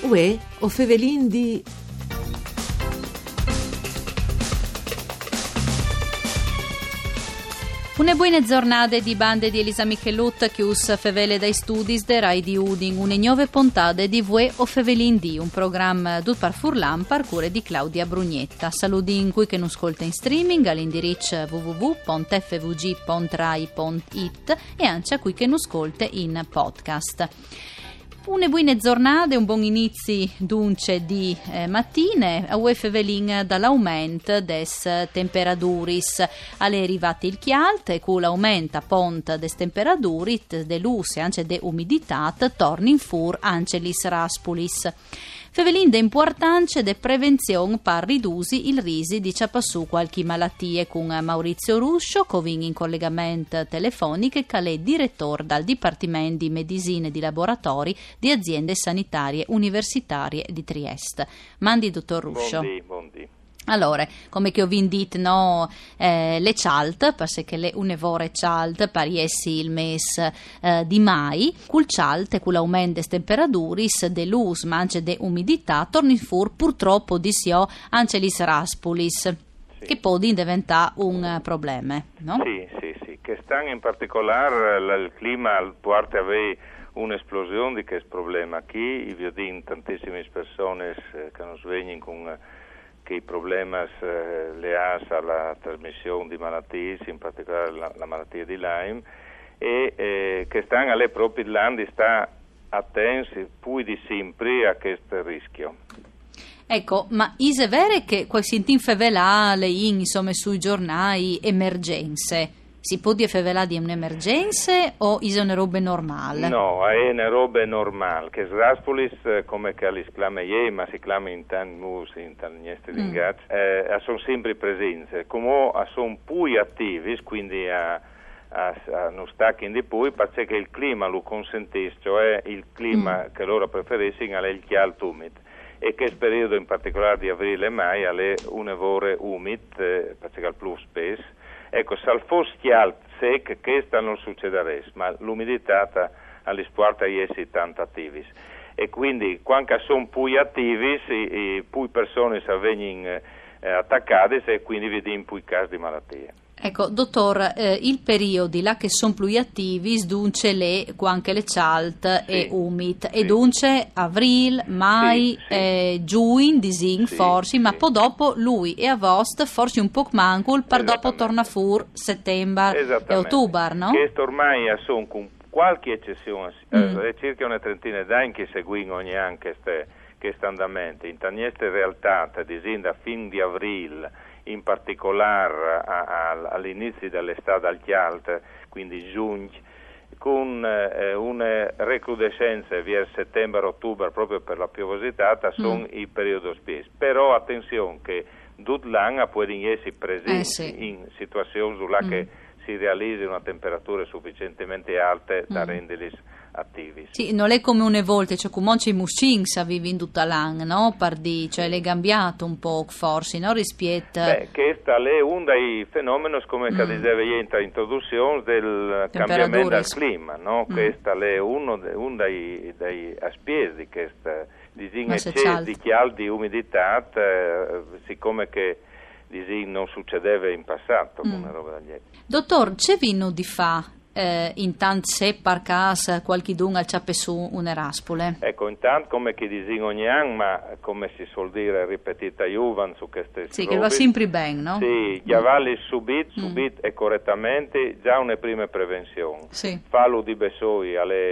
Uè, o fevelin di... Une buone giornate di bande di Elisa Michelut che us fevele dai studi de Rai di Udin, une nuove puntate di Vue o Fevelin di, un programma dut par Furlan par cure di Claudia Brugnetta. Saludin cui che non ascolta in streaming all'indirizzo www.fvg.rai.it e anche a cui che non ascolta in podcast. Une buone giornate, un buon inizio dunque di mattine, a fevelin dall'aumento des temperaturis. Alle arrivati il chialt e con l'aumento appunto des temperaturit, de luce e anche de umidità, torna in fur anche lis raspulis. Fevelin de importanza de prevenzione per ridusi il risi di ciapassù qualche malattie con Maurizio Ruscio, covin in collegamento telefonico, che è direttore dal Dipartimento di Medicina e di Laboratori di Aziende Sanitarie Universitarie di Trieste. Mandi, dottor Ruscio. Buondì. Allora, come che ho detto, no, le cialt, perché le un'evore cialt pariessi il mese di mai, col cialt e con l'aumento delle temperature, de luz, ma anche de umidità, torna in fur purtroppo di sio anche lis raspulis, sì, che può diventare un problema, no? Sì, che stanno in particolare il clima porta a avere un'esplosione di questo problema. Qui io vedo tantissime persone che non svegliano con che i problemi legati alla trasmissione di malattie, in particolare la malattia di Lyme, e che stanno alle proprie landi sta attenti più di sempre a questo rischio. Ecco, ma è vero che si infevela insomma sui giornali emergenze? Si può dire di un'emergenza o è una roba normale? No, è una roba normale. Che Raspulis, come che li chiama ieri, ma si chiama in tanti musi, in tanti lingazzi, sono sempre presenti. Come sono più attivi, quindi non staccano di più, perché il clima lo consentisce, cioè il clima che loro preferiscono è il chialto umido. E che periodo in particolare di aprile e maggio è un'evore umido, perché è più spesso. Ecco, se fosse chialto secco, questo non succederà, ma l'umidità all'esporta è tanto attivi. E quindi, quando sono più attivi, più persone vengono attaccate e quindi vediamo più casi di malattie. Ecco, dottor, il periodo là che sono più attivi, dunque anche le cialt e umid, e dunque avril, mai, giugno, disin, forse, ma poi dopo lui e agosto, forse un po' mancul, per dopo torna fur settembre e ottobre, no? Questo ormai sono con qualche eccezione, circa una trentina d'anni che seguono ogni anno questo andamento. In queste realtà, disin da fin di aprile, in particolare all'inizio dell'estate al chialto, quindi giugno, con una recrudescenza verso settembre-ottobre proprio per la piovosità, sono i periodi spesi. Però attenzione che tutto l'anno possono essere presenti in situazioni che si realizzi una temperatura sufficientemente alta da renderli attivi. Sì, non è come una volta, cioè come i muscins vivi in tutta l'anno, no? Pardi, cioè l'è cambiato un po' forse, no? Rispetto... Questo è uno dei fenomeni, come diceva ieri in introduzione, del cambiamento del clima, no? Questo è uno dei aspetti di questa eccesso di chialdo, di umidità, siccome che non succedeva in passato con una roba del genere. Dottor, c'è vino di fa intanto se per caso qualche dunga c'ha su una raspole? Ecco, intanto come che dicono ogni anno, ma come si suol dire ripetita iuvan su queste sì, che va sempre bene, no? Sì, gli avvalli subito e correttamente già una prima prevenzione. Sì. Fallo di Bessoi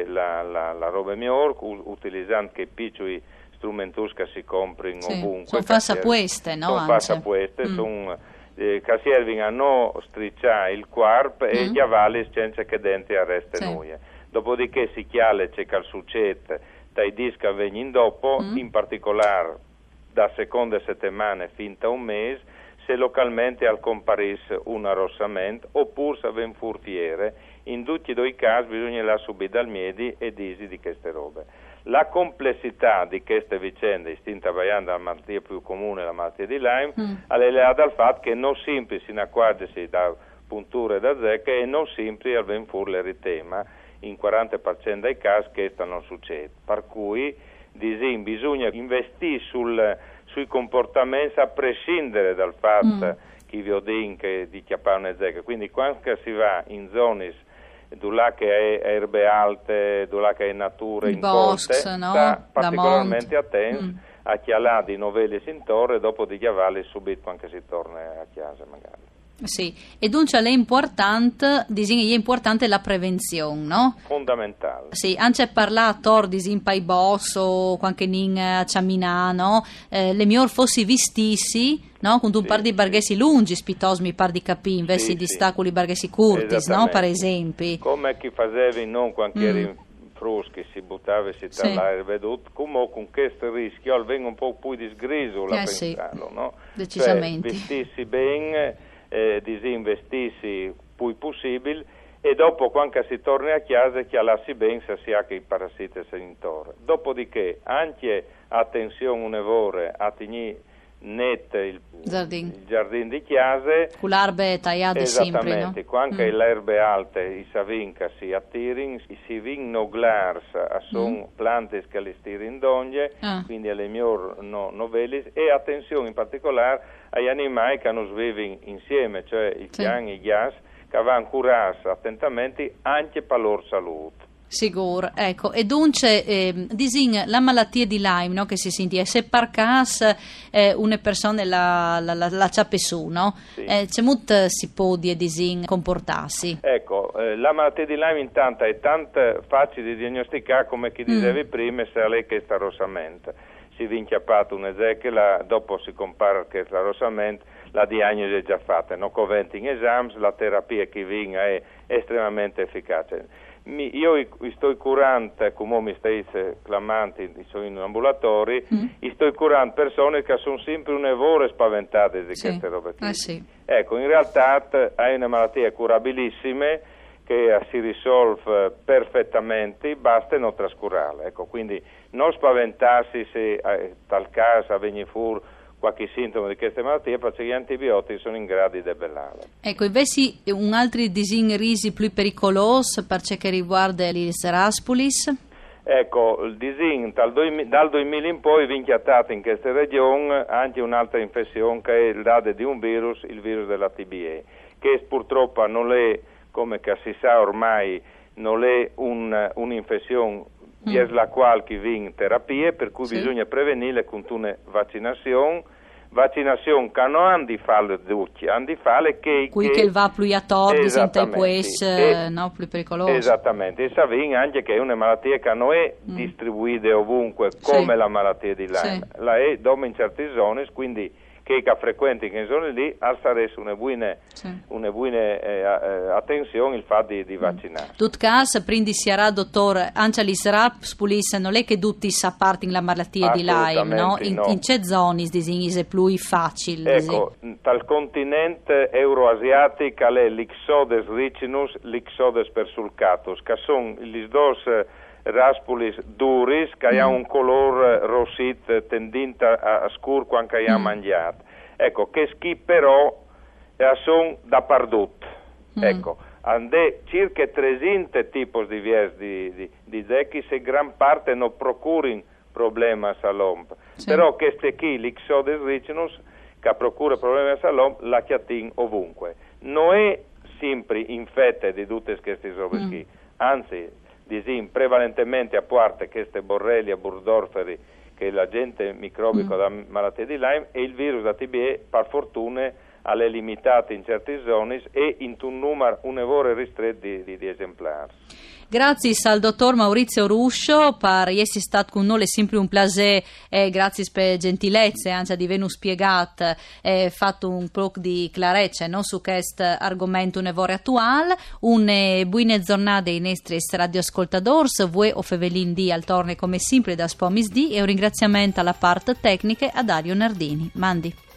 la roba migliore, utilizzando che piccoli strumenti che si comprano ovunque. Sono passapueste, no? Sono passapueste, sono... che servono a non stricciare il quarp e gli avvalli senza che dentro arresta nuie. Dopodiché si chiale c'è che succede dai dischi a venire dopo, in particolare da seconda settimana fino a un mese, se localmente al comparisse un arrossamento oppure se avviene furtiere. In tutti e due i casi bisogna là subire dal miedi e disi di queste robe. La complessità di queste vicende, istinta variando la malattia più comune, la malattia di Lyme, è legata al fatto che non sempre si accorgersi da punture da zecche e non sempre avviene fuori l'eritema in 40% dei casi questo non succede. Per cui bisogna investire sui comportamenti a prescindere dal fatto che vi ho detto che di chiappare una zecca. Quindi quando si va in zone dove che è erbe alte, dove che è natura il incolte, no? sta particolarmente attento a chialare di novelli intorno e dopo di chiavarli subito quando si torna a casa magari. Sì, e dunque è importante la prevenzione, no? Fondamentale. Sì, anche parlato di pai bosso, qualche nin a Ciaminano, le miglior fossi vistissi, no? Con un par di barghesi lungi, spitos mi par di capì, invece di staculi barghesi curtis, no? Per esempio. Come chi facevi non quando eri fruschi, si buttava e si tallava vedute, come con questo rischio venga un po' più disgriso la pensarlo, no? Decisamente. Cioè, vestissi bene, disinvestissi più possibile e dopo quando si torna a casa chialassi bene se si ha che i parassiti sono intorno. Dopodiché anche attenzione un'evore a tenere net il giardino di chiase con l'erbe tagliate sempre, esattamente, no? Quando le erbe alte i savinca si attirino, si vinno glars a son piante che le stirino d'ogni, quindi alle miglior novelli e attenzione in particolare agli animali che non vivono insieme, cioè i cani, i gas, che vanno curarsi attentamente anche per la loro salute. Sicuro, ecco, e dunque la malattia di Lyme, no, che si sente, se per caso una persona la ciappe su, no? Sì. C'è molto si può comportarsi. Ecco, la malattia di Lyme intanto è tanto facile di diagnosticare come chi dicevi prima, se lei che sta rossamento. Si vi inchiappato una zecca, dopo si compara che sta rossamento, la diagnosi è già fatta, non coventi in esami, la terapia che viene è estremamente efficace. Io sto curando, come mi stai clamando, sono in ambulatori, sto curando persone che sono sempre un'evore spaventate di queste robe qui. Sì. Ecco, in realtà è una malattia curabilissima che si risolve perfettamente, basta non trascurarla. Ecco, quindi non spaventarsi se tal caso avviene fuori qualche sintomo di queste malattie, perché gli antibiotici sono in grado di debellarle. Ecco, invece un altro risi più pericoloso per ciò che riguarda l'Iris raspulis? Ecco, il disin dal 2000 in poi viene chiattato in questa regione anche un'altra infezione che è data di un virus, il virus della TBE, che purtroppo non è, come si sa ormai, non è un'infezione per la quale chi viene terapie, per cui bisogna prevenire con una vaccinazione che non hanno di fare ducci, hanno di fare che va più a tordi, no, più pericoloso. Esattamente, e sapete anche che è una malattia che non è distribuita ovunque come la malattia di Lyme, la è dove in certe zone, quindi che frequenti in zone lì, alzare una buona attenzione il fatto di vaccinare. Tut caso, quindi si era dottor Angelis Raspulis, non è che tutti sapparti la malattia di Lyme, no? In che zone è più facile? Ecco, dal continente euroasiatico è l'Ixodes ricinus, l'Ixodes persulcatus, che sono gli due Raspulis duris, che ha un colore rossito tendente a scuro quando ha mangiato. Ecco, che però sono dappertutto. Ecco, ande circa 300 tipi diversi di zecchi, se gran parte non procurano problemi all'uomo. Però queste qui, l'Ixodes ricinus, che procura problemi all'uomo, la chiatin ovunque. Non è sempre infetta di tutte queste robe qui, anzi, prevalentemente a parte queste borrelia burgdorferi che è l'agente microbico della malattia di Lyme e il virus da TBE per fortuna alle limitate in certe zone e in un numero un'evore ristretto di esemplari. Grazie al dottor Maurizio Ruscio per essere stato con noi, è sempre un piacere, grazie per gentilezze, anzi di averci spiegato fatto un po' di chiarezza, no, su questo argomento un'evore attuale. Una buona giornata ai nostri radioascoltatori, voi o Fevelin di al torne come sempre da Spomis D e un ringraziamento alla parte tecnica a Dario Nardini. Mandi.